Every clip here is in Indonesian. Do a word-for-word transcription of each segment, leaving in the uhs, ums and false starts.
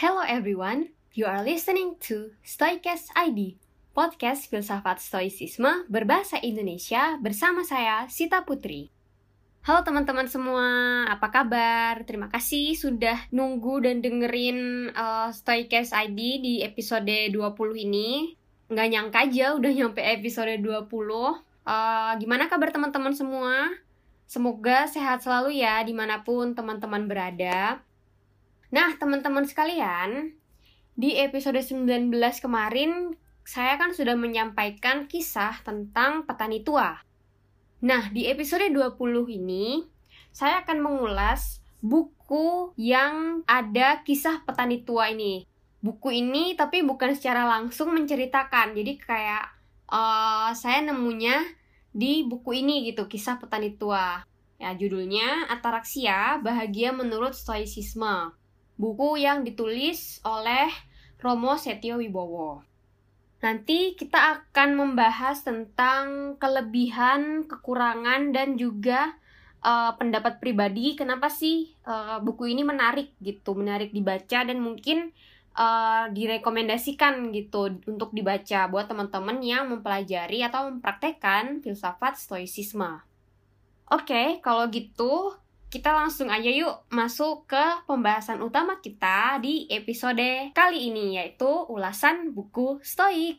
Hello everyone, you are listening to Stoicast I D, podcast filsafat stoicisme berbahasa Indonesia bersama saya, Sita Putri. Halo teman-teman semua, apa kabar? Terima kasih sudah nunggu dan dengerin uh, Stoicast I D di episode dua puluh ini. Nggak nyangka aja udah nyampe episode dua puluh. Uh, gimana kabar teman-teman semua? Semoga sehat selalu ya dimanapun teman-teman berada. Nah, teman-teman sekalian, di episode sembilan belas kemarin, saya kan sudah menyampaikan kisah tentang petani tua. Nah, di episode dua puluh ini, saya akan mengulas buku yang ada kisah petani tua ini. Buku ini tapi bukan secara langsung menceritakan, jadi kayak uh, saya nemunya di buku ini gitu, kisah petani tua. Ya, judulnya Ataraxia, Bahagia Menurut Stoicisme. Buku yang ditulis oleh Romo Setio Wibowo. Nanti kita akan membahas tentang kelebihan, kekurangan, dan juga uh, pendapat pribadi. Kenapa sih uh, buku ini menarik gitu, menarik dibaca dan mungkin uh, direkomendasikan gitu untuk dibaca buat teman-teman yang mempelajari atau mempraktekkan filsafat stoicisme. Oke, kalau gitu kita langsung aja yuk masuk ke pembahasan utama kita di episode kali ini, yaitu ulasan buku Stoik.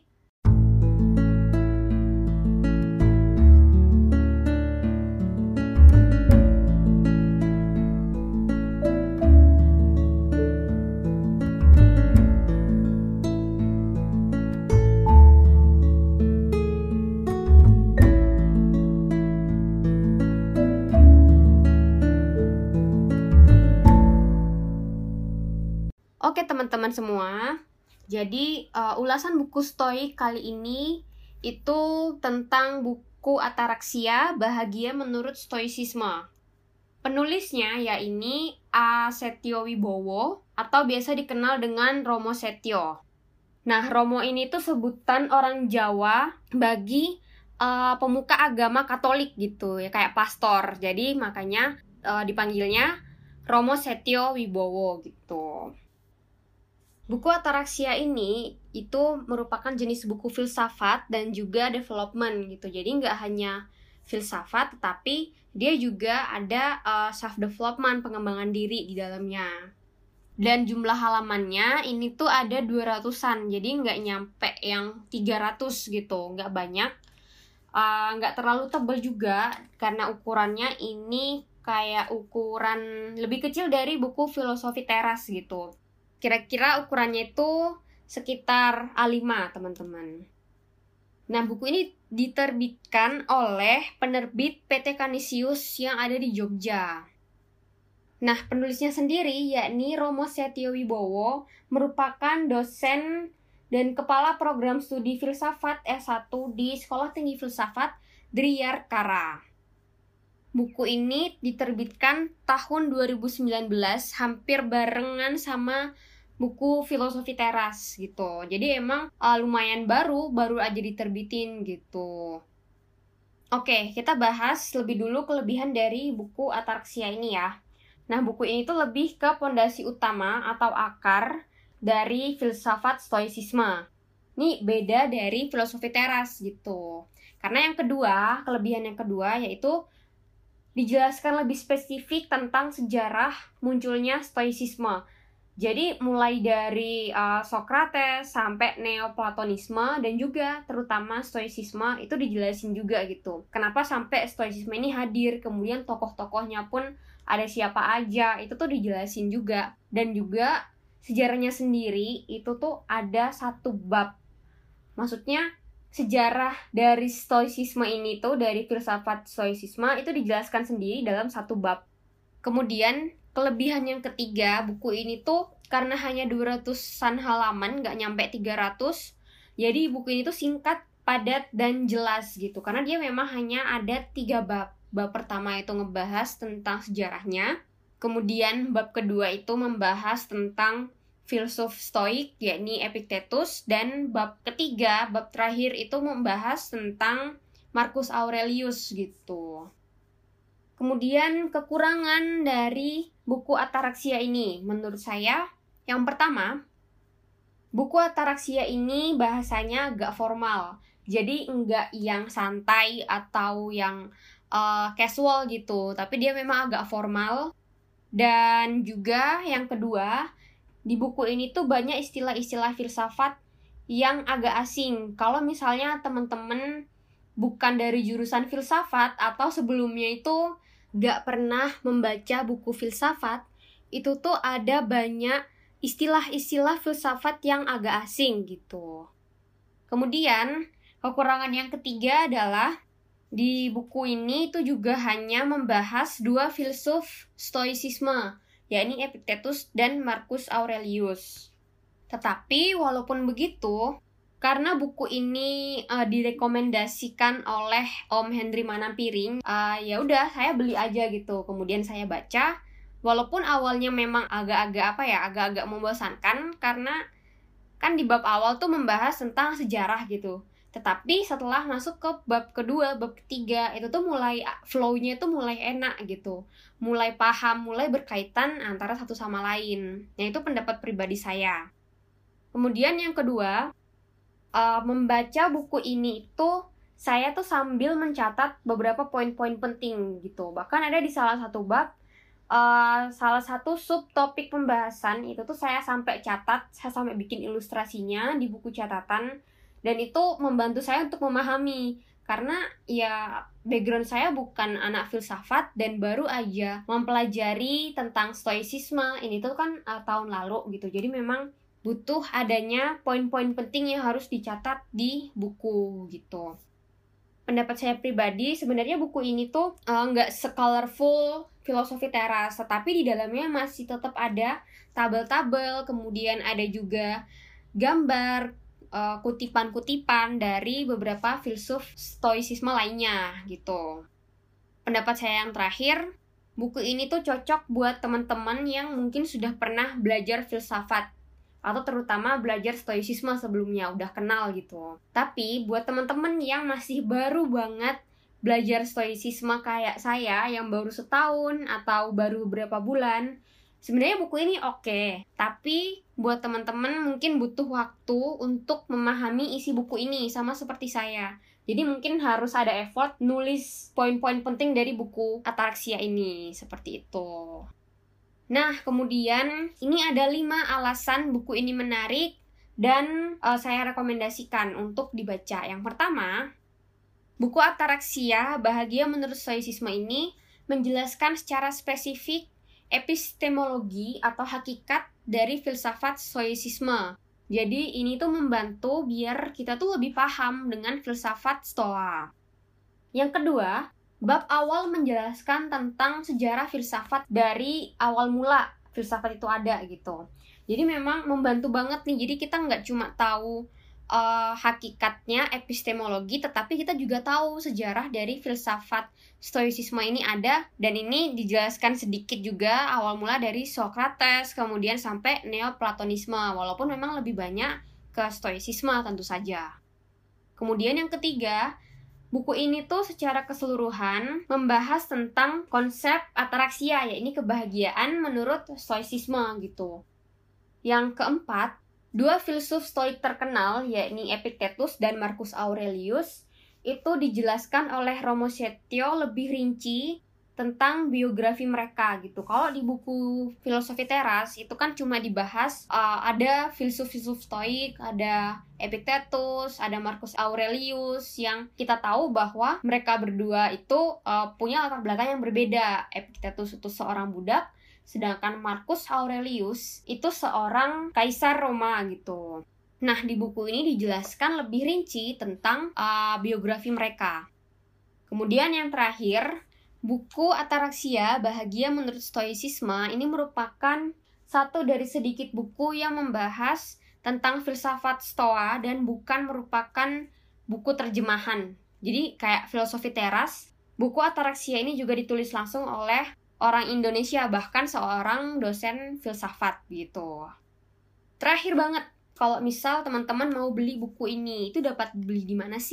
Oke teman-teman semua, jadi uh, ulasan buku Stoik kali ini itu tentang buku Ataraxia, Bahagia Menurut Stoicisme. Penulisnya ya ini A. Setio Wibowo atau biasa dikenal dengan Romo Setio. Nah, Romo ini tuh sebutan orang Jawa bagi uh, pemuka agama Katolik gitu ya, kayak pastor. Jadi makanya uh, dipanggilnya Romo Setio Wibowo gitu. Buku Ataraxia ini itu merupakan jenis buku filsafat dan juga development gitu. Jadi nggak hanya filsafat, tetapi dia juga ada uh, self-development, pengembangan diri di dalamnya. Dan jumlah halamannya ini tuh ada dua ratusan, jadi nggak nyampe yang tiga ratus gitu, nggak banyak. Uh, nggak terlalu tebal juga, karena ukurannya ini kayak ukuran lebih kecil dari buku filosofi teras gitu. Kira-kira ukurannya itu sekitar A lima, teman-teman. Nah, buku ini diterbitkan oleh penerbit P T Canisius yang ada di Jogja. Nah, penulisnya sendiri, yakni Romo Setio Wibowo, merupakan dosen dan kepala program studi filsafat S satu di Sekolah Tinggi Filsafat Driyarkara. Buku ini diterbitkan tahun dua ribu sembilan belas, hampir barengan sama buku filosofi teras gitu. Jadi emang uh, lumayan baru, baru aja diterbitin gitu. Oke, kita bahas lebih dulu kelebihan dari buku Ataraxia ini ya. Nah, buku ini tuh lebih ke pondasi utama atau akar dari filsafat stoicisme. Ini beda dari filosofi teras gitu. Karena yang kedua, kelebihan yang kedua yaitu dijelaskan lebih spesifik tentang sejarah munculnya stoicisme. Jadi mulai dari uh, Socrates sampai Neoplatonisme dan juga terutama stoicisme itu dijelasin juga gitu. Kenapa sampai stoicisme ini hadir, kemudian tokoh-tokohnya pun ada siapa aja, itu tuh dijelasin juga. Dan juga sejarahnya sendiri itu tuh ada satu bab. Maksudnya sejarah dari stoicisme ini tuh, dari filsafat stoicisme itu dijelaskan sendiri dalam satu bab. Kemudian kelebihan yang ketiga, buku ini tuh karena hanya dua ratusan halaman, nggak nyampe tiga ratus, jadi buku ini tuh singkat, padat, dan jelas gitu. Karena dia memang hanya ada tiga bab. Bab pertama itu ngebahas tentang sejarahnya, kemudian bab kedua itu membahas tentang filsuf stoik, yakni Epictetus, dan bab ketiga, bab terakhir itu membahas tentang Marcus Aurelius gitu. Kemudian kekurangan dari buku Ataraxia ini, menurut saya Yang pertama, buku Ataraksia ini bahasanya agak formal. Jadi enggak yang santai atau yang uh, casual gitu, tapi dia memang agak formal. Dan juga yang kedua, di buku ini tuh banyak istilah-istilah filsafat yang agak asing. Kalau misalnya teman-teman bukan dari jurusan filsafat atau sebelumnya itu gak pernah membaca buku filsafat, itu tuh ada banyak istilah-istilah filsafat yang agak asing gitu. Kemudian, kekurangan yang ketiga adalah di buku ini itu juga hanya membahas dua filsuf stoicisme, yakni Epictetus dan Marcus Aurelius. Tetapi walaupun begitu, karena buku ini uh, direkomendasikan oleh Om Henry Manampiring, uh, ya udah saya beli aja gitu. Kemudian saya baca. Walaupun awalnya memang agak-agak apa ya, agak-agak membosankan karena kan di bab awal tuh membahas tentang sejarah gitu. Tetapi setelah masuk ke bab kedua, bab ketiga, itu tuh mulai flow-nya tuh mulai enak gitu. Mulai paham, mulai berkaitan antara satu sama lain. Yang itu pendapat pribadi saya. Kemudian yang kedua, uh, membaca buku ini itu saya tuh sambil mencatat beberapa poin-poin penting gitu. Bahkan ada di salah satu bab, Uh, salah satu subtopik pembahasan itu tuh saya sampai catat, saya sampai bikin ilustrasinya di buku catatan, dan itu membantu saya untuk memahami karena ya background saya bukan anak filsafat dan baru aja mempelajari tentang stoicisme ini tuh kan uh, tahun lalu gitu. Jadi memang butuh adanya poin-poin penting yang harus dicatat di buku gitu. Pendapat saya pribadi, sebenarnya buku ini tuh nggak uh, se-colorful Filosofi Teras, tetapi di dalamnya masih tetap ada tabel-tabel, kemudian ada juga gambar, uh, kutipan-kutipan dari beberapa filsuf stoicisme lainnya gitu. Pendapat saya yang terakhir, buku ini tuh cocok buat teman-teman yang mungkin sudah pernah belajar filsafat atau terutama belajar stoicisme sebelumnya, udah kenal gitu. Tapi buat teman-teman yang masih baru banget belajar stoicisme kayak saya yang baru setahun atau baru beberapa bulan, sebenarnya buku ini oke, okay, tapi buat teman-teman mungkin butuh waktu untuk memahami isi buku ini sama seperti saya. Jadi mungkin harus ada effort nulis poin-poin penting dari buku Ataraksia ini, seperti itu. Nah, kemudian ini ada lima alasan buku ini menarik dan uh, saya rekomendasikan untuk dibaca. Yang pertama, buku Ataraksia, Bahagia Menurut Stoicisme ini menjelaskan secara spesifik epistemologi atau hakikat dari filsafat stoicisme. Jadi ini tuh membantu biar kita tuh lebih paham dengan filsafat Stoa. Yang kedua, bab awal menjelaskan tentang sejarah filsafat dari awal mula filsafat itu ada gitu. Jadi memang membantu banget nih, jadi kita nggak cuma tahu Uh, hakikatnya epistemologi, tetapi kita juga tahu sejarah dari filsafat stoicisme ini ada, dan ini dijelaskan sedikit juga awal mula dari Socrates kemudian sampai Neoplatonisme, walaupun memang lebih banyak ke stoicisme tentu saja. Kemudian yang ketiga, buku ini tuh secara keseluruhan membahas tentang konsep ataraksia, yaitu kebahagiaan menurut stoicisme gitu. Yang keempat, dua filsuf stoik terkenal, yakni Epictetus dan Marcus Aurelius, itu dijelaskan oleh Romo Setio lebih rinci tentang biografi mereka gitu. Kalau di buku Filosofi Teras itu kan cuma dibahas uh, ada filsuf-filsuf stoik, ada Epictetus, ada Marcus Aurelius, yang kita tahu bahwa mereka berdua itu uh, punya latar belakang yang berbeda. Epictetus itu seorang budak, sedangkan Marcus Aurelius itu seorang kaisar Roma gitu. Nah, di buku ini dijelaskan lebih rinci tentang uh, biografi mereka. Kemudian yang terakhir, buku Ataraksia, Bahagia Menurut Stoicisme ini merupakan satu dari sedikit buku yang membahas tentang filsafat Stoa dan bukan merupakan buku terjemahan. Jadi kayak Filosofi Teras, buku Ataraksia ini juga ditulis langsung oleh orang Indonesia, bahkan seorang dosen filsafat gitu. Terakhir banget, kalau misal teman-teman mau beli buku ini, itu dapat beli di mana sih?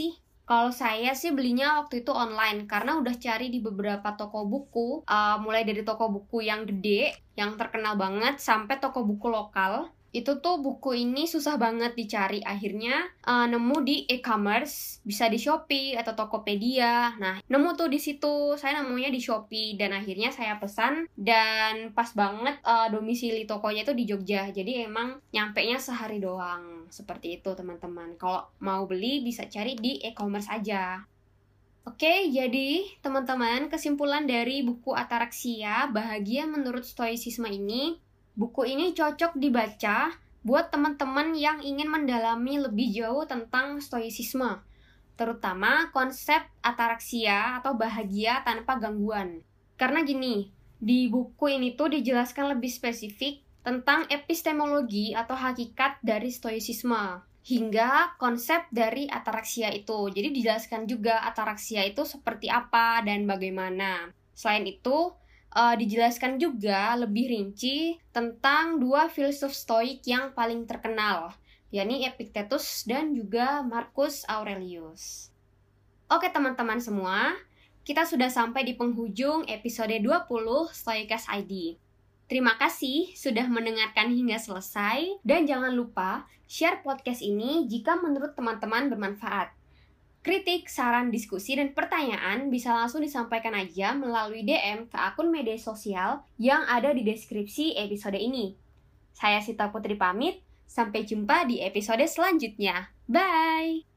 Kalau saya sih belinya waktu itu online karena udah cari di beberapa toko buku, uh, mulai dari toko buku yang gede, yang terkenal banget, sampai toko buku lokal. Itu tuh buku ini susah banget dicari. Akhirnya uh, nemu di e-commerce, bisa di Shopee atau Tokopedia. Nah, nemu tuh di situ. Saya nemunya di Shopee dan akhirnya saya pesan dan pas banget uh, domisili tokonya itu di Jogja. Jadi emang nyampenya sehari doang. Seperti itu, teman-teman. Kalau mau beli bisa cari di e-commerce aja. Oke, jadi teman-teman, kesimpulan dari buku Ataraxia, Bahagia Menurut Stoicisme ini, buku ini cocok dibaca buat teman-teman yang ingin mendalami lebih jauh tentang stoicisme, terutama konsep ataraxia atau bahagia tanpa gangguan. Karena gini, di buku ini tuh dijelaskan lebih spesifik tentang epistemologi atau hakikat dari stoicisme, hingga konsep dari ataraxia itu. Jadi dijelaskan juga ataraxia itu seperti apa dan bagaimana. Selain itu, Uh, dijelaskan juga lebih rinci tentang dua filsuf stoik yang paling terkenal, yakni Epictetus dan juga Marcus Aurelius. Oke teman-teman semua, kita sudah sampai di penghujung episode dua puluh Stoikas I D. Terima kasih sudah mendengarkan hingga selesai, dan jangan lupa share podcast ini jika menurut teman-teman bermanfaat. Kritik, saran, diskusi, dan pertanyaan bisa langsung disampaikan aja melalui D M ke akun media sosial yang ada di deskripsi episode ini. Saya Sita Putri pamit, sampai jumpa di episode selanjutnya. Bye!